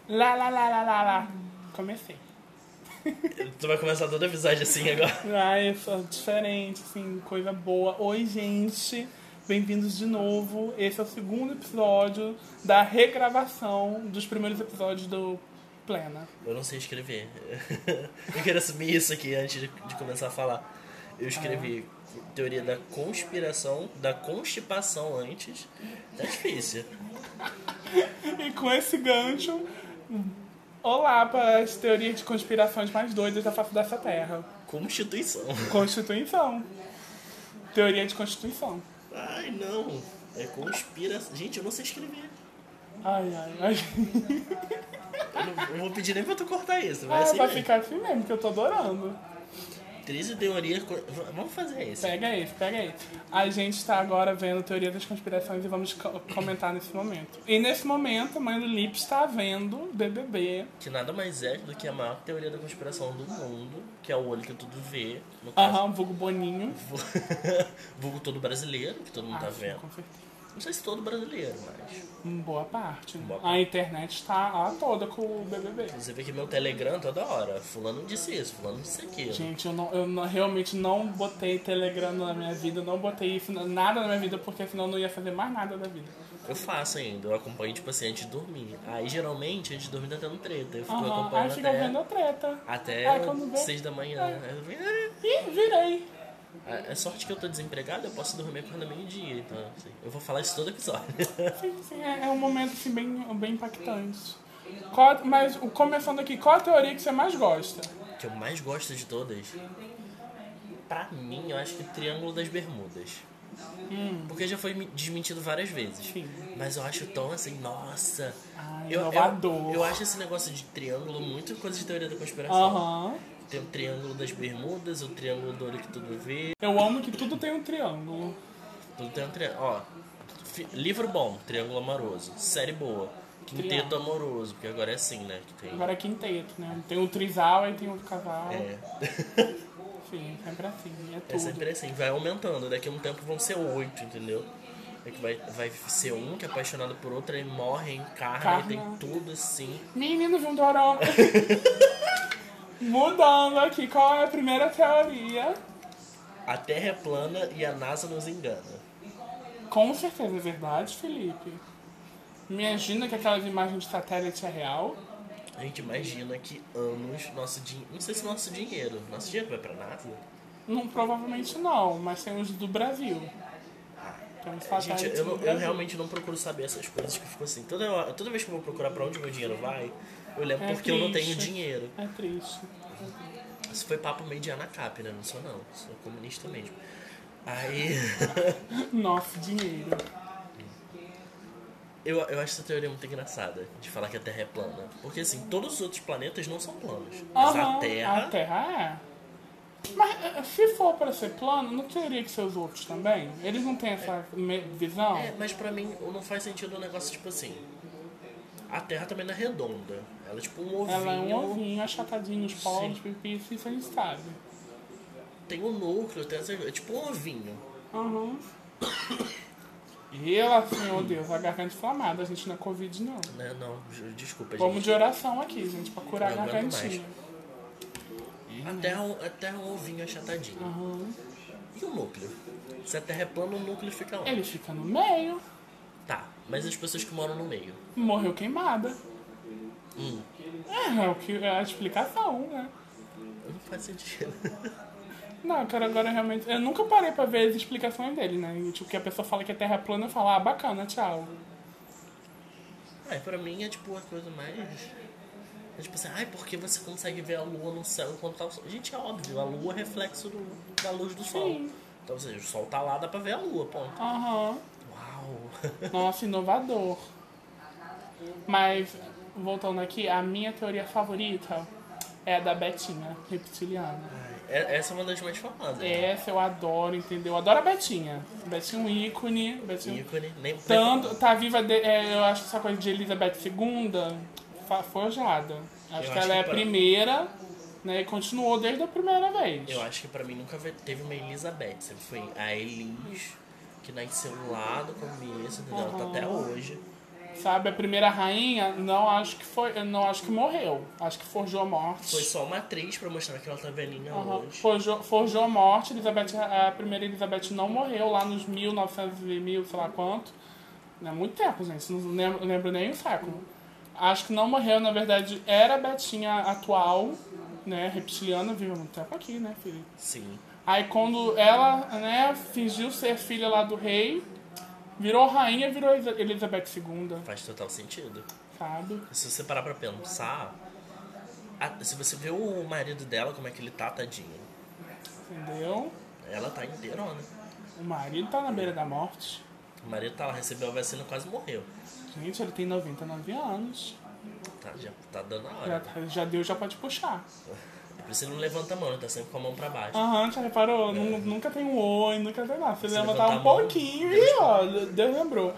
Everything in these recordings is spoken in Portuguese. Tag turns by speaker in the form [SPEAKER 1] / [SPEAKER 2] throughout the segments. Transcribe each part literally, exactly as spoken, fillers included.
[SPEAKER 1] Lá, lá, lá, lá, lá, lá. Comecei.
[SPEAKER 2] Tu vai começar todo episódio assim agora.
[SPEAKER 1] Ai, é diferente, assim, coisa boa. Oi, gente. Bem-vindos de novo. Esse é o segundo episódio da regravação dos primeiros episódios do Plena.
[SPEAKER 2] Eu não sei escrever. Eu quero assumir isso aqui antes de, de começar a falar. Eu escrevi ah. teoria da conspiração, da constipação antes. Tá difícil.
[SPEAKER 1] E com esse gancho, olá para as teorias de conspirações mais doidas da face dessa terra.
[SPEAKER 2] Constituição.
[SPEAKER 1] Constituição. Teoria de Constituição.
[SPEAKER 2] Ai, não. É conspiração. Gente, eu não sei escrever.
[SPEAKER 1] Ai, ai, ai.
[SPEAKER 2] Eu não, eu vou pedir nem pra tu cortar isso. Vai
[SPEAKER 1] ah,
[SPEAKER 2] assim
[SPEAKER 1] vai
[SPEAKER 2] mesmo.
[SPEAKER 1] ficar assim mesmo, que eu tô adorando.
[SPEAKER 2] Crise de teoria... Vamos fazer isso.
[SPEAKER 1] Pega esse, pega esse. A gente tá agora vendo Teoria das Conspirações e vamos co- comentar nesse momento. E nesse momento, a mãe do Lipe está vendo B B B.
[SPEAKER 2] Que nada mais é do que a maior teoria da conspiração do mundo, que é o olho que tudo vê. No
[SPEAKER 1] Aham,
[SPEAKER 2] caso,
[SPEAKER 1] uhum, vulgo Boninho.
[SPEAKER 2] vulgo todo brasileiro, que todo mundo
[SPEAKER 1] ah,
[SPEAKER 2] tá
[SPEAKER 1] sim,
[SPEAKER 2] vendo.
[SPEAKER 1] com certeza.
[SPEAKER 2] Não sei se todo brasileiro, mas...
[SPEAKER 1] Boa parte.
[SPEAKER 2] Boa
[SPEAKER 1] A
[SPEAKER 2] parte.
[SPEAKER 1] internet está lá toda com o B B B.
[SPEAKER 2] Você vê que meu Telegram toda hora. Fulano disse isso, fulano disse aquilo.
[SPEAKER 1] Gente, eu, não, eu não- realmente não botei Telegram na minha vida, não botei isso, nada na minha vida, porque senão eu não ia fazer mais nada da vida.
[SPEAKER 2] Eu faço ainda, eu acompanho, tipo assim, antes de dormir. Aí, geralmente, antes de dormir tá tendo treta. Eu fico
[SPEAKER 1] Aham, aí
[SPEAKER 2] acompanhando
[SPEAKER 1] fica
[SPEAKER 2] até,
[SPEAKER 1] vendo a treta.
[SPEAKER 2] até
[SPEAKER 1] Aí quando vê-
[SPEAKER 2] seis da manhã.
[SPEAKER 1] É.
[SPEAKER 2] Aí eu fico, "Ah".
[SPEAKER 1] Ih, virei.
[SPEAKER 2] É sorte que eu tô desempregado, eu posso dormir quando é meio-dia. Então, assim, eu vou falar isso todo episódio.
[SPEAKER 1] Sim, sim, é, é um momento assim, bem, bem impactante. Qual- mas o- começando aqui, qual a teoria que você mais gosta?
[SPEAKER 2] O que eu mais gosto de todas, pra mim, eu acho que o Triângulo das Bermudas.
[SPEAKER 1] Hum.
[SPEAKER 2] Porque já foi me- desmentido várias vezes.
[SPEAKER 1] Sim.
[SPEAKER 2] Mas eu acho tão assim, nossa.
[SPEAKER 1] Ai,
[SPEAKER 2] eu,
[SPEAKER 1] inovador.
[SPEAKER 2] eu, eu acho esse negócio de triângulo muito coisa de teoria da conspiração.
[SPEAKER 1] Aham.
[SPEAKER 2] Tem o Triângulo das Bermudas, o Triângulo do olho que tudo vê.
[SPEAKER 1] Eu amo que tudo tem um triângulo.
[SPEAKER 2] Tudo tem um triângulo. Ó, fi- livro bom, Triângulo Amoroso. Série boa, Quinteto
[SPEAKER 1] Triângulo.
[SPEAKER 2] Amoroso, porque agora é assim, né? Que tem.
[SPEAKER 1] Agora é quinteto, né? Tem o trisal, aí tem o casal.
[SPEAKER 2] É.
[SPEAKER 1] Enfim, sempre assim, é tudo.
[SPEAKER 2] É sempre assim, vai aumentando. Daqui a um tempo vão ser oito, entendeu? É que vai, vai ser um que é apaixonado por outro, aí morre, encarna,
[SPEAKER 1] Carna.
[SPEAKER 2] e tem tudo assim.
[SPEAKER 1] Menino Juntorão. Mudando aqui, qual é a primeira teoria?
[SPEAKER 2] A Terra é plana e a NASA nos engana.
[SPEAKER 1] Com certeza é verdade, Felipe. Imagina que aquelas imagens de satélite é real.
[SPEAKER 2] A gente imagina que anos, nosso dinheiro. Não sei se nosso dinheiro. Nosso dinheiro vai pra NASA?
[SPEAKER 1] Não, provavelmente não, mas tem os do Brasil. Tem uns satélites
[SPEAKER 2] Gente, eu,
[SPEAKER 1] do
[SPEAKER 2] não- eu
[SPEAKER 1] Brasil.
[SPEAKER 2] realmente não procuro saber essas coisas que ficam assim. Toda, hora- toda vez que eu vou procurar pra onde meu dinheiro vai, eu lembro
[SPEAKER 1] É
[SPEAKER 2] porque eu não tenho
[SPEAKER 1] triste.
[SPEAKER 2] dinheiro.
[SPEAKER 1] É triste.
[SPEAKER 2] Isso foi papo meio de ANACAP, né? Não sou não. Sou comunista mesmo. Aí.
[SPEAKER 1] Nosso dinheiro.
[SPEAKER 2] eu, eu acho essa teoria muito engraçada de falar que a Terra é plana. Porque assim, todos os outros planetas não são planos. Mas
[SPEAKER 1] Aham,
[SPEAKER 2] a Terra.
[SPEAKER 1] A Terra é. Mas eh, se for para ser plano, não teria que ser os outros também? Eles não têm essa me- visão?
[SPEAKER 2] É, mas pra mim não faz sentido um negócio tipo assim. A Terra também não é redonda. Ela é tipo um ovinho.
[SPEAKER 1] Ela é um ovinho achatadinho, os polos,
[SPEAKER 2] Sim.
[SPEAKER 1] pipi, isso a gente sabe.
[SPEAKER 2] Tem um núcleo, tem essa, é tipo um ovinho.
[SPEAKER 1] Aham. E ela, Senhor Deus, a garganta inflamada, a gente não é Covid, não.
[SPEAKER 2] Né? Não, ju- desculpa,
[SPEAKER 1] Vamos
[SPEAKER 2] gente.
[SPEAKER 1] de oração aqui, gente, pra curar a
[SPEAKER 2] Eu aguento
[SPEAKER 1] gargantinha.
[SPEAKER 2] A Terra, é um- a Terra é um ovinho achatadinho.
[SPEAKER 1] Aham.
[SPEAKER 2] E o núcleo? Se a Terra é plana, o núcleo fica onde?
[SPEAKER 1] Ele fica no meio,
[SPEAKER 2] Tá, mas as pessoas que moram no meio.
[SPEAKER 1] morreu queimada.
[SPEAKER 2] Hum,
[SPEAKER 1] É, é o que é a explicação, né?
[SPEAKER 2] não faz sentido.
[SPEAKER 1] Não, eu quero agora realmente. Eu nunca parei pra ver as explicações dele, né? E, tipo, que a pessoa fala que a Terra é plana, eu falo, ah, bacana, tchau.
[SPEAKER 2] É, pra mim é tipo a coisa mais. É tipo assim, ai, porque você consegue ver a lua no céu enquanto tá o sol. Gente, é óbvio, a lua é reflexo do- da luz do sol.
[SPEAKER 1] Sim.
[SPEAKER 2] Então, ou seja, o sol tá lá, dá pra ver a lua, ponto.
[SPEAKER 1] Aham.
[SPEAKER 2] Uau!
[SPEAKER 1] Nossa, inovador. Mas, voltando aqui, a minha teoria favorita é a da Betinha, reptiliana.
[SPEAKER 2] Ai, é- essa é uma das mais famosas. né?
[SPEAKER 1] Essa eu adoro, entendeu? Eu adoro a Betinha. Betinha é um ícone. Betinha...
[SPEAKER 2] Ícone, nem.
[SPEAKER 1] Tanto, tá viva, de- é, eu acho que essa coisa de Elizabeth segunda fa- forjada. Acho
[SPEAKER 2] Eu
[SPEAKER 1] que
[SPEAKER 2] acho
[SPEAKER 1] ela é
[SPEAKER 2] que
[SPEAKER 1] a
[SPEAKER 2] pra-
[SPEAKER 1] primeira, né? E continuou desde a primeira vez.
[SPEAKER 2] Eu acho que pra mim nunca ve- teve uma Elizabeth. Sempre foi a Elis, que nasceu lá do começo, entendeu? Ela tá
[SPEAKER 1] Aham.
[SPEAKER 2] até hoje.
[SPEAKER 1] Sabe, a primeira rainha, não acho que foi, eu não acho que morreu. Acho que forjou a morte.
[SPEAKER 2] Foi só uma atriz pra mostrar que ela tá velhinha
[SPEAKER 1] Uhum.
[SPEAKER 2] hoje.
[SPEAKER 1] Forjou, forjou a morte. Elizabeth, a primeira Elizabeth não morreu lá nos mil e novecentos e mil, sei lá quanto. Não é muito tempo, gente. Não lembro, lembro nem o século. Acho que não morreu, na verdade, era a Betinha atual, né? Reptiliana, vive há muito tempo aqui, né, filho?
[SPEAKER 2] Sim.
[SPEAKER 1] Aí quando ela, né, fingiu ser filha lá do rei, virou rainha, virou Elizabeth segunda,
[SPEAKER 2] Faz total sentido.
[SPEAKER 1] sabe?
[SPEAKER 2] Se você parar pra pensar, a- se você vê o marido dela, como é que ele tá, tadinho.
[SPEAKER 1] Entendeu?
[SPEAKER 2] Ela tá inteirona.
[SPEAKER 1] O marido tá na beira da morte.
[SPEAKER 2] O marido tá lá, recebeu a vacina e quase morreu.
[SPEAKER 1] Gente, ele tem noventa e nove anos.
[SPEAKER 2] Tá, já tá dando a
[SPEAKER 1] Já,
[SPEAKER 2] hora.
[SPEAKER 1] tá- já deu, já pode puxar.
[SPEAKER 2] Por isso ele não levanta a mão, ele tá sempre com a mão pra baixo.
[SPEAKER 1] Aham, já reparou? Nu- Nunca tem um oi, nunca tem nada. Se
[SPEAKER 2] Se
[SPEAKER 1] levantar
[SPEAKER 2] levantar
[SPEAKER 1] um
[SPEAKER 2] a mão,
[SPEAKER 1] pouquinho
[SPEAKER 2] Deus
[SPEAKER 1] e ó, Deus lembrou.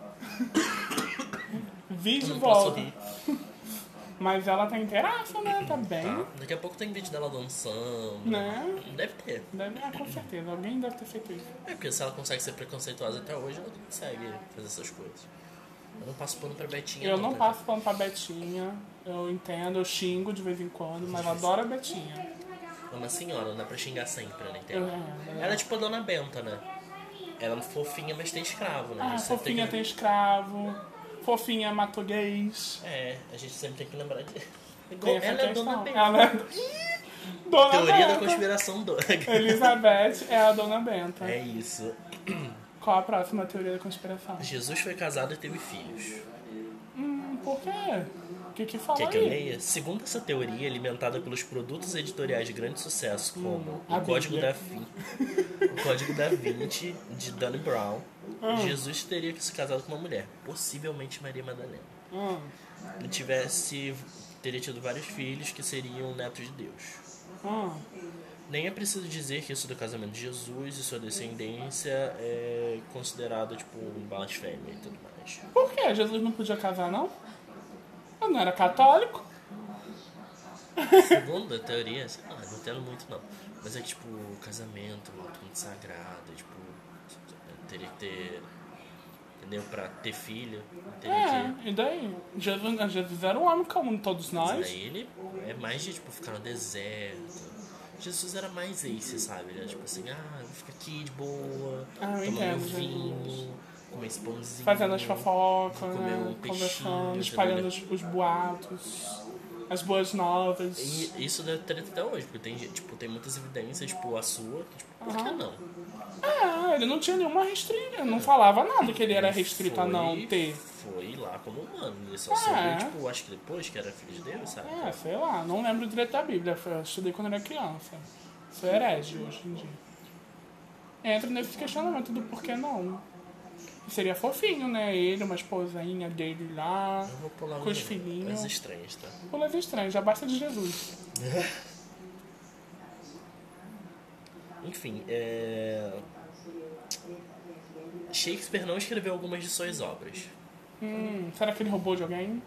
[SPEAKER 1] Vi
[SPEAKER 2] Eu
[SPEAKER 1] de
[SPEAKER 2] não posso
[SPEAKER 1] volta.
[SPEAKER 2] rir.
[SPEAKER 1] Mas ela tá inteiraça, né? Tá bem.
[SPEAKER 2] Tá? Daqui a pouco tem vídeo dela dançando.
[SPEAKER 1] Né?
[SPEAKER 2] Deve ter.
[SPEAKER 1] Deve, ah, com certeza. Alguém deve ter feito isso.
[SPEAKER 2] É porque se ela consegue ser preconceituosa até hoje, ela consegue fazer essas coisas. Eu não passo pano pra Betinha.
[SPEAKER 1] Eu não
[SPEAKER 2] tá?
[SPEAKER 1] passo pano pra Betinha. Eu entendo, eu xingo de vez em quando, mas eu adoro a Betinha.
[SPEAKER 2] É uma senhora, não dá pra xingar sempre, né?
[SPEAKER 1] Eu,
[SPEAKER 2] Entende?
[SPEAKER 1] é,
[SPEAKER 2] Ela é tipo a Dona Benta, né? Ela é fofinha, mas tem escravo, né? A
[SPEAKER 1] Ah,
[SPEAKER 2] gente sempre
[SPEAKER 1] fofinha
[SPEAKER 2] que-
[SPEAKER 1] tem escravo. Fofinha matou gays.
[SPEAKER 2] É, a gente sempre tem que lembrar de.
[SPEAKER 1] Tem essa
[SPEAKER 2] Ela é a
[SPEAKER 1] questão.
[SPEAKER 2] Dona Benta.
[SPEAKER 1] Ela é... Ih, Dona
[SPEAKER 2] Teoria da
[SPEAKER 1] Benta.
[SPEAKER 2] conspiração do.
[SPEAKER 1] Elizabeth é a Dona Benta.
[SPEAKER 2] É isso.
[SPEAKER 1] Qual a próxima teoria da conspiração?
[SPEAKER 2] Jesus foi casado e teve filhos.
[SPEAKER 1] Hum, por quê? O que que fala
[SPEAKER 2] Quer que eu
[SPEAKER 1] aí?
[SPEAKER 2] leia? Segundo essa teoria, alimentada pelos produtos editoriais de grande sucesso, como
[SPEAKER 1] a
[SPEAKER 2] o, Código
[SPEAKER 1] Bíblia.
[SPEAKER 2] da Vin- o Código da Vinci, de Dan Brown,
[SPEAKER 1] Ah.
[SPEAKER 2] Jesus teria que se casado com uma mulher, possivelmente Maria Madalena.
[SPEAKER 1] Hum,
[SPEAKER 2] Ele tivesse, teria tido vários filhos que seriam netos de Deus.
[SPEAKER 1] hum.
[SPEAKER 2] Nem é preciso dizer que isso do casamento de Jesus e sua descendência é considerado tipo um blasfêmia e tudo mais.
[SPEAKER 1] Por que? Jesus não podia casar, não? Eu não era católico.
[SPEAKER 2] Segundo a teoria, sei lá, não entendo muito não. Mas é que, tipo, o casamento, uma coisa muito sagrada, tipo, teria que ter. Entendeu? Pra ter filho, teria que.
[SPEAKER 1] É, e daí? Jesus, Jesus era um homem como todos
[SPEAKER 2] Mas
[SPEAKER 1] nós.
[SPEAKER 2] aí ele é mais de, tipo, ficar no deserto. Jesus era mais esse, sabe? Ele era tipo assim, ah, eu vou ficar aqui de boa,
[SPEAKER 1] Ah, eu
[SPEAKER 2] tomando
[SPEAKER 1] entendo,
[SPEAKER 2] meu vinho,
[SPEAKER 1] Jesus.
[SPEAKER 2] comer esse pãozinho.
[SPEAKER 1] Fazendo as fofocas,
[SPEAKER 2] comer
[SPEAKER 1] né?
[SPEAKER 2] um peixinho,
[SPEAKER 1] Conversando, espalhando os, os boatos, as boas novas.
[SPEAKER 2] E isso deve ter até hoje, porque tem, tipo, tem muitas evidências, tipo, a sua, que, tipo, por que
[SPEAKER 1] Aham.
[SPEAKER 2] não?
[SPEAKER 1] É, ele não tinha nenhuma restrição, não falava nada que ele era restrito a não
[SPEAKER 2] Foi-
[SPEAKER 1] ter.
[SPEAKER 2] Foi lá como humano, ele só
[SPEAKER 1] É.
[SPEAKER 2] soube, tipo, acho que depois que era filho de Deus, sabe?
[SPEAKER 1] É, sei lá, não lembro direito da Bíblia, foi- eu estudei quando era criança. Sou herege hoje em dia. Entra nesse questionamento do porquê não. Seria fofinho, né? Ele, uma esposinha dele lá,
[SPEAKER 2] Eu vou pular
[SPEAKER 1] com os
[SPEAKER 2] uns-
[SPEAKER 1] filhinhos.
[SPEAKER 2] coisas estranhas, tá?
[SPEAKER 1] Pulas estranhas, já basta de Jesus.
[SPEAKER 2] Enfim, é... Shakespeare não escreveu algumas de suas obras.
[SPEAKER 1] Hum, será que ele roubou de alguém?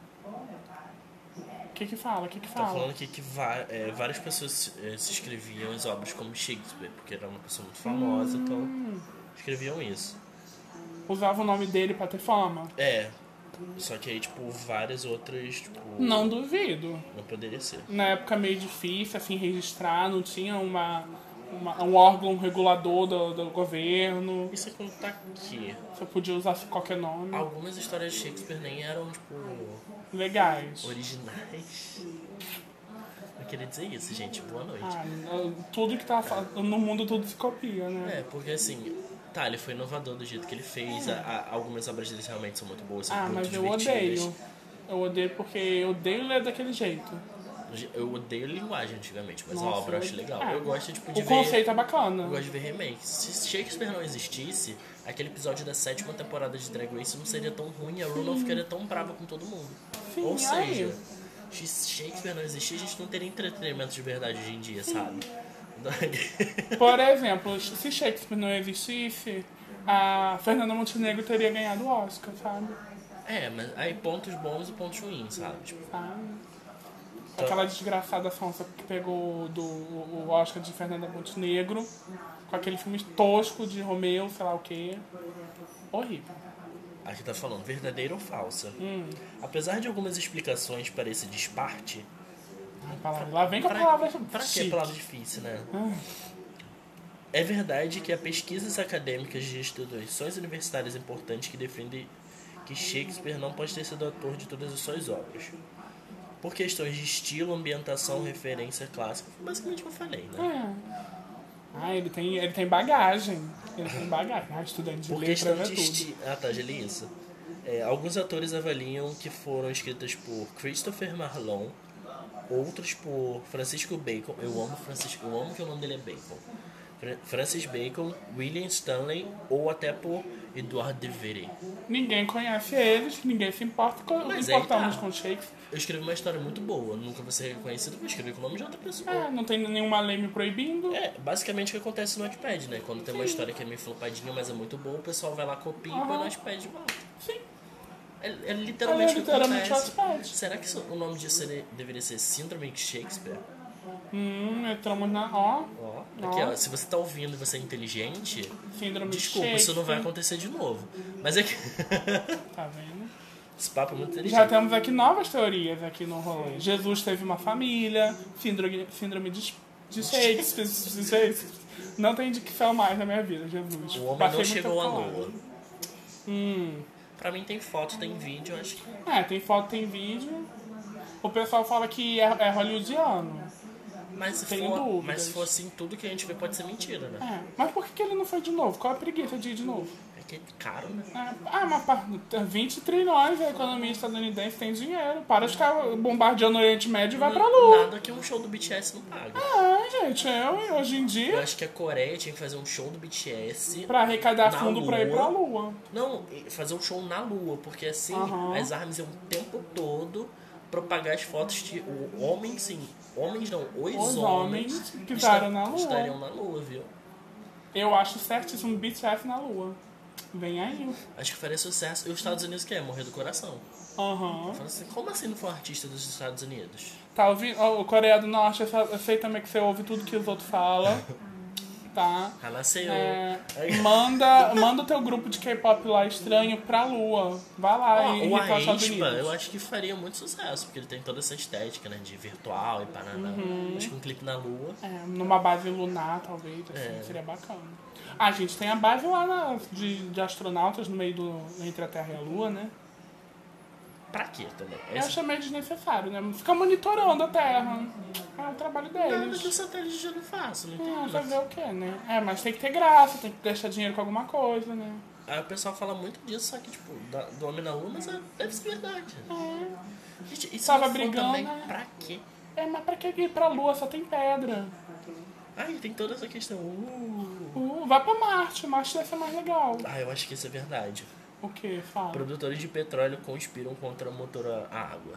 [SPEAKER 1] O que que fala? O que que
[SPEAKER 2] Tá
[SPEAKER 1] fala?
[SPEAKER 2] falando aqui que va- é, várias pessoas é, se escreviam as obras como Shakespeare, porque era uma pessoa muito famosa,
[SPEAKER 1] Hum.
[SPEAKER 2] então escreviam isso.
[SPEAKER 1] Usava o nome dele pra ter fama?
[SPEAKER 2] É, só que aí, tipo, várias outras, tipo,
[SPEAKER 1] Não duvido.
[SPEAKER 2] não poderia ser.
[SPEAKER 1] Na época meio difícil, assim, registrar, não tinha uma, uma- um órgão regulador do, do governo.
[SPEAKER 2] Isso é contar que
[SPEAKER 1] Você podia usar qualquer nome.
[SPEAKER 2] algumas histórias de Shakespeare nem eram, tipo,
[SPEAKER 1] Legais.
[SPEAKER 2] originais. Eu queria dizer isso, gente. Boa noite.
[SPEAKER 1] Ah, tudo que tá fa- no mundo tudo se copia, né?
[SPEAKER 2] É, porque assim, tá, ele foi inovador do jeito que ele fez. A- a- algumas obras dele realmente são muito boas, são
[SPEAKER 1] Ah,
[SPEAKER 2] muito
[SPEAKER 1] mas eu
[SPEAKER 2] divertidas.
[SPEAKER 1] odeio. Eu odeio porque eu odeio ler daquele jeito.
[SPEAKER 2] Eu odeio linguagem antigamente, mas a
[SPEAKER 1] Nossa,
[SPEAKER 2] obra eu
[SPEAKER 1] eu-
[SPEAKER 2] acho legal.
[SPEAKER 1] ah,
[SPEAKER 2] Eu gosto tipo, de
[SPEAKER 1] O
[SPEAKER 2] ver.
[SPEAKER 1] conceito é bacana.
[SPEAKER 2] Eu gosto de ver remakes. Se Shakespeare não existisse, aquele episódio da sétima temporada de Drag Race não seria tão ruim, a Ru não ficaria tão brava com todo mundo.
[SPEAKER 1] Sim,
[SPEAKER 2] Ou
[SPEAKER 1] aí.
[SPEAKER 2] seja, se Shakespeare não existir, a gente não teria entretenimento de verdade hoje em dia, sabe?
[SPEAKER 1] Por exemplo, se Shakespeare não existisse, a Fernanda Montenegro teria ganhado o Oscar, sabe?
[SPEAKER 2] É, mas aí pontos bons e pontos ruins, sabe? Tipo,
[SPEAKER 1] Sabe? Aquela desgraçada sonsa que pegou do, o Oscar de Fernanda Montenegro, com aquele filme tosco de Romeu, sei lá o quê. Horrível.
[SPEAKER 2] aqui tá falando, verdadeira ou falsa?
[SPEAKER 1] Hum.
[SPEAKER 2] Apesar de algumas explicações para esse disparte...
[SPEAKER 1] A palavra, lá vem com a
[SPEAKER 2] pra,
[SPEAKER 1] palavra
[SPEAKER 2] pra que
[SPEAKER 1] chique.
[SPEAKER 2] palavra difícil, né?
[SPEAKER 1] Ah.
[SPEAKER 2] É verdade que há pesquisas acadêmicas de instituições universitárias importantes que defendem que Shakespeare não pode ter sido autor de todas as suas obras. Por questões de estilo, ambientação, referência clássica. Foi basicamente o que eu falei, né?
[SPEAKER 1] É. Ah, ele tem, ele tem bagagem. Ele tem bagagem. Ah, estudante de
[SPEAKER 2] Por
[SPEAKER 1] letra
[SPEAKER 2] questão
[SPEAKER 1] é
[SPEAKER 2] de
[SPEAKER 1] tudo.
[SPEAKER 2] estilo... Ah, tá, já li isso. É, alguns autores avaliam que foram escritas por Christopher Marlowe, outros por Francisco Bacon. Eu amo Francisco, eu amo que o nome dele é Bacon. Francis Bacon, William Stanley ou até por Edouard de Vere.
[SPEAKER 1] Ninguém conhece eles, ninguém se importa com,
[SPEAKER 2] Mas aí
[SPEAKER 1] importamos
[SPEAKER 2] tá.
[SPEAKER 1] com Shakespeare.
[SPEAKER 2] Eu escrevi uma história muito boa, nunca vou ser reconhecido, vou escrever com o nome de outra pessoa.
[SPEAKER 1] É, não tem nenhuma lei me proibindo.
[SPEAKER 2] É, basicamente o que acontece no Wattpad, né? Quando tem uma história que é meio flopadinha, mas é muito boa, o pessoal vai lá, copia e põe no Wattpad de volta.
[SPEAKER 1] Sim.
[SPEAKER 2] É, é literalmente o
[SPEAKER 1] É
[SPEAKER 2] que
[SPEAKER 1] literalmente
[SPEAKER 2] acontece.
[SPEAKER 1] Wattpad.
[SPEAKER 2] Será que isso- o nome disso seria- deveria ser Síndrome de Shakespeare?
[SPEAKER 1] Hum, entramos na. Ó.
[SPEAKER 2] Ó, aqui ó, se você tá ouvindo e você é inteligente,
[SPEAKER 1] Síndrome de
[SPEAKER 2] desculpa, isso
[SPEAKER 1] Shakespeare.
[SPEAKER 2] não vai acontecer de novo. Mas é que...
[SPEAKER 1] Tá vendo?
[SPEAKER 2] Esse papo é muito inteligente.
[SPEAKER 1] Já temos aqui novas teorias aqui no rolê. Jesus teve uma família, síndrome, síndrome de, de Shakespeare, de Shakespeare. Não tem dicção mais na minha vida, Jesus.
[SPEAKER 2] O homem
[SPEAKER 1] Passei
[SPEAKER 2] não
[SPEAKER 1] muito
[SPEAKER 2] chegou à
[SPEAKER 1] tempo
[SPEAKER 2] lua.
[SPEAKER 1] calado. Hum.
[SPEAKER 2] Pra mim tem foto, tem vídeo, eu acho que...
[SPEAKER 1] É, tem foto, tem vídeo. O pessoal fala que é, é hollywoodiano.
[SPEAKER 2] Mas se,
[SPEAKER 1] Tenho
[SPEAKER 2] for,
[SPEAKER 1] dúvidas.
[SPEAKER 2] mas se for assim, tudo que a gente vê pode ser mentira, né?
[SPEAKER 1] É. Mas por que, que ele não foi de novo? Qual a preguiça de ir de novo?
[SPEAKER 2] É que é caro, né?
[SPEAKER 1] É. Ah, mas pa- vinte trilhões, a economia estadunidense tem dinheiro. Para de ficar bombardeando o Oriente Médio e vai pra Lua.
[SPEAKER 2] Nada que um show do B T S não paga.
[SPEAKER 1] Ah, gente, eu, hoje em
[SPEAKER 2] Eu
[SPEAKER 1] dia,
[SPEAKER 2] acho que a Coreia tinha que fazer um show do B T S.
[SPEAKER 1] pra arrecadar
[SPEAKER 2] na
[SPEAKER 1] fundo pra ir
[SPEAKER 2] Lua.
[SPEAKER 1] pra Lua.
[SPEAKER 2] Não, e fazer um show na Lua, porque assim
[SPEAKER 1] Aham.
[SPEAKER 2] as armas iam o tempo todo propagar as fotos de o homem, sim. Homens não, os,
[SPEAKER 1] Os
[SPEAKER 2] homens,
[SPEAKER 1] homens pisaram na Lua.
[SPEAKER 2] estariam na Lua, viu?
[SPEAKER 1] Eu acho certíssimo B T S na Lua. Vem aí.
[SPEAKER 2] Acho que faria sucesso. E os Estados Unidos quer morrer do coração.
[SPEAKER 1] Aham.
[SPEAKER 2] Fala assim, como assim não for artista dos Estados Unidos?
[SPEAKER 1] Tá ouvindo? Ó, o Coreia do Norte, eu sa- eu sei também que você ouve tudo que os outros falam. Tá?
[SPEAKER 2] Ah, nasceu.
[SPEAKER 1] É, manda, manda o teu grupo de K-pop lá estranho pra Lua. Vai lá
[SPEAKER 2] Ó,
[SPEAKER 1] e
[SPEAKER 2] o
[SPEAKER 1] irritar os Estados
[SPEAKER 2] Aespa,
[SPEAKER 1] Unidos.
[SPEAKER 2] eu acho que faria muito sucesso, porque ele tem toda essa estética, né, de virtual e paraná.
[SPEAKER 1] Uhum.
[SPEAKER 2] Acho que um clipe na Lua.
[SPEAKER 1] É, numa base lunar, talvez, assim,
[SPEAKER 2] É.
[SPEAKER 1] seria bacana. A gente tem a base lá na- de, de astronautas no meio do. Entre a Terra e a Lua, né?
[SPEAKER 2] Pra quê também?
[SPEAKER 1] Eu
[SPEAKER 2] Essa...
[SPEAKER 1] achei meio desnecessário, né? Fica monitorando a Terra. É o trabalho
[SPEAKER 2] Nada
[SPEAKER 1] deles.
[SPEAKER 2] que o satélite já não faça, não
[SPEAKER 1] É,
[SPEAKER 2] entendo.
[SPEAKER 1] fazer o quê, né? É, mas tem que ter graça, tem que deixar dinheiro com alguma coisa, né?
[SPEAKER 2] Aí o pessoal fala muito disso, só que, tipo, da- do homem na Lua, mas é, deve ser verdade.
[SPEAKER 1] É.
[SPEAKER 2] Gente, isso
[SPEAKER 1] Tava
[SPEAKER 2] não for
[SPEAKER 1] brigando,
[SPEAKER 2] também,
[SPEAKER 1] né?
[SPEAKER 2] pra quê?
[SPEAKER 1] É, mas pra que ir pra Lua? Só tem pedra.
[SPEAKER 2] Ai, tem toda essa questão. Uh.
[SPEAKER 1] Uh, vai pra Marte, Marte deve ser mais legal.
[SPEAKER 2] Ah, eu acho que isso é verdade.
[SPEAKER 1] O que? Fala.
[SPEAKER 2] Produtores de petróleo conspiram contra o motor a água.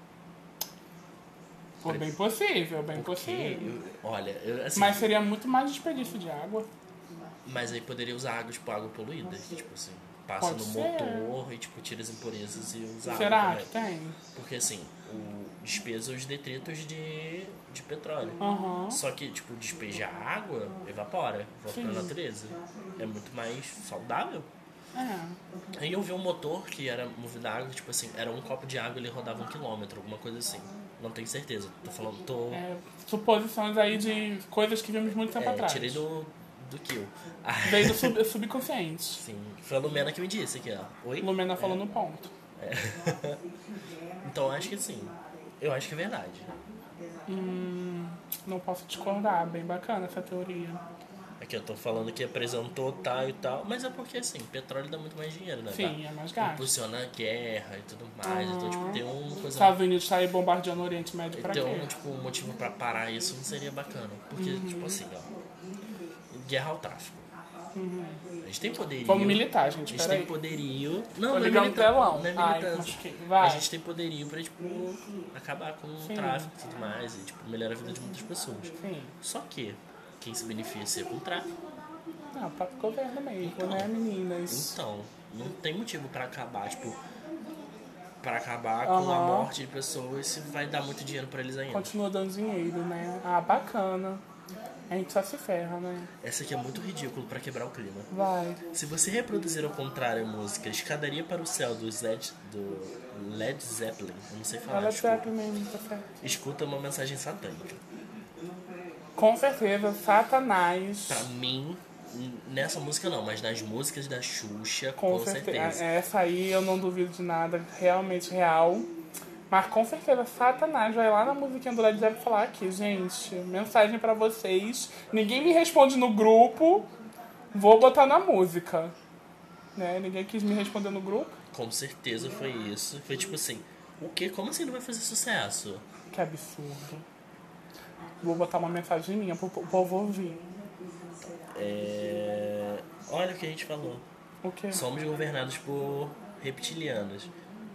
[SPEAKER 1] Pô, bem possível, bem
[SPEAKER 2] Porque,
[SPEAKER 1] possível.
[SPEAKER 2] eu- olha, eu, assim,
[SPEAKER 1] Mas seria muito mais desperdício de água.
[SPEAKER 2] mas aí poderia usar água, tipo, água poluída. Que, tipo assim, passa
[SPEAKER 1] Pode
[SPEAKER 2] no
[SPEAKER 1] ser.
[SPEAKER 2] motor e, tipo, tira as impurezas e usa água
[SPEAKER 1] Será
[SPEAKER 2] também.
[SPEAKER 1] que tem?
[SPEAKER 2] Porque, assim, o despesa os detritos de, de petróleo.
[SPEAKER 1] Aham.
[SPEAKER 2] Só que, tipo, despejar água, evapora, volta pra
[SPEAKER 1] Sim.
[SPEAKER 2] natureza. É muito mais saudável.
[SPEAKER 1] É.
[SPEAKER 2] Aí eu vi um motor que era movido a água, tipo assim, era um copo de água e ele rodava um quilômetro, alguma coisa assim. Não tenho certeza. Tô falando, tô...
[SPEAKER 1] É, suposições aí de coisas que vimos muito tempo
[SPEAKER 2] É,
[SPEAKER 1] atrás.
[SPEAKER 2] tirei do, do kill. Ah,
[SPEAKER 1] Veio do sub- subconsciente.
[SPEAKER 2] sim, foi a Lumena que me disse aqui, ó. Oi?
[SPEAKER 1] Lumena falou no ponto.
[SPEAKER 2] Então acho que sim. Eu acho que é verdade.
[SPEAKER 1] Hum, não posso discordar, bem bacana essa teoria.
[SPEAKER 2] Aqui eu tô falando que apresentou tal e tal, mas é porque assim, petróleo dá muito mais dinheiro, né?
[SPEAKER 1] Sim,
[SPEAKER 2] Dá-
[SPEAKER 1] é mais gasto.
[SPEAKER 2] Impulsiona a guerra e tudo mais. Então, tipo, ter uma coisa.
[SPEAKER 1] Estados Unidos tá aí bombardeando o Oriente Médio pra
[SPEAKER 2] ter
[SPEAKER 1] quê?
[SPEAKER 2] um, tipo, um motivo pra parar isso não seria bacana. Porque,
[SPEAKER 1] Uhum.
[SPEAKER 2] tipo assim, ó. Guerra ao tráfico. A gente tem poderio.
[SPEAKER 1] Vamos militar, gente,
[SPEAKER 2] A gente
[SPEAKER 1] peraí.
[SPEAKER 2] tem poderio. Não,
[SPEAKER 1] Vou
[SPEAKER 2] não é
[SPEAKER 1] ligar um
[SPEAKER 2] militância.
[SPEAKER 1] telão.
[SPEAKER 2] Não é
[SPEAKER 1] Ai,
[SPEAKER 2] militância.
[SPEAKER 1] machuquei. Vai.
[SPEAKER 2] A gente tem poderio pra, tipo, acabar com o
[SPEAKER 1] Sim.
[SPEAKER 2] tráfico e tudo mais. E, tipo, melhorar a vida de muitas pessoas.
[SPEAKER 1] Sim.
[SPEAKER 2] Só que, quem se beneficia com o tráfico.
[SPEAKER 1] Não, para o governo mesmo,
[SPEAKER 2] Então,
[SPEAKER 1] né, meninas?
[SPEAKER 2] Então, não tem motivo pra acabar, tipo, pra acabar com a
[SPEAKER 1] Aham.
[SPEAKER 2] morte de pessoas se vai dar muito dinheiro pra eles ainda.
[SPEAKER 1] Continua dando dinheiro, né? Ah, bacana. A gente só se ferra, né?
[SPEAKER 2] Essa aqui é muito ridículo pra quebrar o clima.
[SPEAKER 1] Vai.
[SPEAKER 2] Se você reproduzir ao contrário a música Escadaria para o Céu do Led, do Led Zeppelin, eu não sei falar,
[SPEAKER 1] Ela
[SPEAKER 2] desculpa.
[SPEAKER 1] é mesmo, tá certo.
[SPEAKER 2] Escuta uma mensagem satânica.
[SPEAKER 1] Com certeza, Satanás.
[SPEAKER 2] Pra mim, nessa música não, mas nas músicas da Xuxa,
[SPEAKER 1] Com,
[SPEAKER 2] com,
[SPEAKER 1] certeza.
[SPEAKER 2] certeza.
[SPEAKER 1] Essa aí eu não duvido de nada, realmente real. Mas com certeza, Satanás vai lá na musiquinha do Led Zeppelin falar aqui, gente, mensagem pra vocês. Ninguém me responde no grupo, vou botar na música. Né? Ninguém quis me responder no grupo.
[SPEAKER 2] Com certeza foi isso. Foi tipo assim, o quê? Como assim não vai fazer sucesso?
[SPEAKER 1] Que absurdo. Vou botar uma mensagem minha pro povo ouvir.
[SPEAKER 2] É... Olha o que a gente falou.
[SPEAKER 1] O quê?
[SPEAKER 2] Somos governados por reptilianos.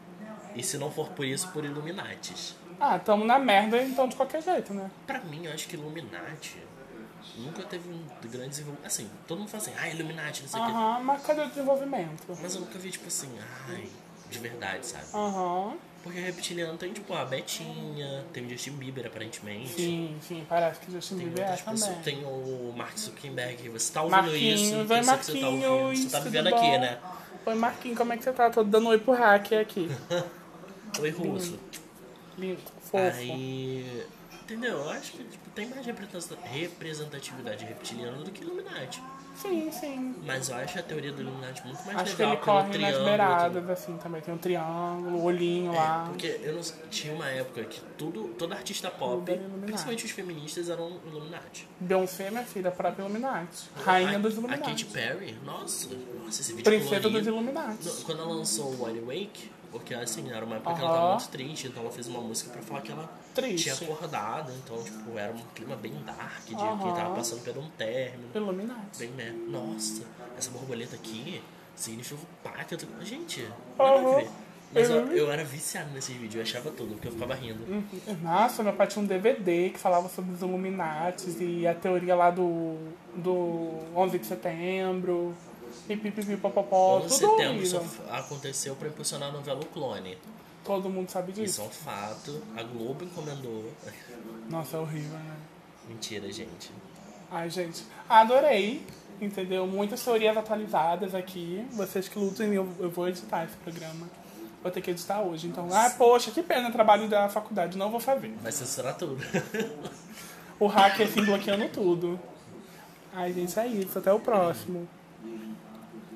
[SPEAKER 2] E se não for por isso, por Illuminatis.
[SPEAKER 1] Ah, tamo na merda então de qualquer jeito, né?
[SPEAKER 2] Pra mim, eu acho que Illuminati nunca teve um grande desenvolvimento. Assim, todo mundo fala assim, ah, Illuminati, não sei o quê.
[SPEAKER 1] Aham, mas cadê o desenvolvimento?
[SPEAKER 2] Mas eu nunca vi, tipo assim, ai, de verdade, sabe?
[SPEAKER 1] Aham.
[SPEAKER 2] Porque reptiliano tem, tipo, a Betinha, tem o Justin Bieber, aparentemente.
[SPEAKER 1] Sim, sim, parece que Justin
[SPEAKER 2] Tem
[SPEAKER 1] Bieber é
[SPEAKER 2] outras pessoas.
[SPEAKER 1] também.
[SPEAKER 2] Tem o Mark Zuckerberg. Você tá ouvindo
[SPEAKER 1] Marquinhos,
[SPEAKER 2] isso?
[SPEAKER 1] oi
[SPEAKER 2] Eu sei que
[SPEAKER 1] Marquinhos,
[SPEAKER 2] você tá ouvindo. Você tá
[SPEAKER 1] tudo
[SPEAKER 2] vivendo
[SPEAKER 1] bom?
[SPEAKER 2] aqui, né?
[SPEAKER 1] Oi Marquinhos, como é que você tá? Tô dando oi pro hacker aqui.
[SPEAKER 2] Oi, russo.
[SPEAKER 1] Lindo, fofo.
[SPEAKER 2] Aí... Entendeu? Eu acho que tipo, tem mais representa- representatividade reptiliana do que Illuminati.
[SPEAKER 1] Sim, sim.
[SPEAKER 2] Mas eu acho a teoria do Illuminati muito mais
[SPEAKER 1] Acho que
[SPEAKER 2] legal.
[SPEAKER 1] ele
[SPEAKER 2] pelo
[SPEAKER 1] corre nas
[SPEAKER 2] triângulo,
[SPEAKER 1] beiradas, assim, também. Tem um triângulo, o olhinho
[SPEAKER 2] É,
[SPEAKER 1] lá.
[SPEAKER 2] porque eu não, tinha uma época que tudo, toda artista pop,
[SPEAKER 1] Tudo era Illuminati.
[SPEAKER 2] principalmente os feministas, eram Illuminati.
[SPEAKER 1] Beyoncé, minha filha, própria Illuminati. Rainha
[SPEAKER 2] a,
[SPEAKER 1] dos
[SPEAKER 2] A
[SPEAKER 1] Illuminati.
[SPEAKER 2] Katy Perry, nossa, nossa, esse vídeo
[SPEAKER 1] Princesa
[SPEAKER 2] colorido.
[SPEAKER 1] dos Illuminati.
[SPEAKER 2] No- Quando ela lançou o Wide Awake, porque assim, era uma época que
[SPEAKER 1] Aham.
[SPEAKER 2] ela tava muito triste, então ela fez uma música pra falar que ela
[SPEAKER 1] Triste.
[SPEAKER 2] tinha acordado, então tipo, era um clima bem dark, de
[SPEAKER 1] Aham.
[SPEAKER 2] que tava passando por um término.
[SPEAKER 1] Illuminati.
[SPEAKER 2] Bem, né? Nossa, essa borboleta aqui significa o pacto. Gente,
[SPEAKER 1] Aham.
[SPEAKER 2] nada a ver. Mas eu,
[SPEAKER 1] Uhum.
[SPEAKER 2] eu era viciado nesses vídeos, eu achava tudo, porque eu ficava rindo.
[SPEAKER 1] Nossa, meu pai tinha um D V D que falava sobre os Illuminatis e a teoria lá do, do onze de setembro. E pipipi, popopó,
[SPEAKER 2] onze de
[SPEAKER 1] tudo
[SPEAKER 2] setembro só
[SPEAKER 1] horrível.
[SPEAKER 2] f- aconteceu pra impulsionar a novela O Clone.
[SPEAKER 1] Todo mundo sabe
[SPEAKER 2] Isso
[SPEAKER 1] disso.
[SPEAKER 2] é um fato. A Globo encomendou.
[SPEAKER 1] Nossa, é horrível, né?
[SPEAKER 2] Mentira, gente.
[SPEAKER 1] Ai, gente, adorei, entendeu? Muitas teorias atualizadas aqui. Vocês que lutem, eu, eu vou editar esse programa. Vou ter que editar hoje. Então, ah, poxa, que pena, trabalho da faculdade. Não vou fazer.
[SPEAKER 2] Vai censurar tudo.
[SPEAKER 1] O hacker, assim, bloqueando tudo. Ai, gente, é isso. Até o próximo.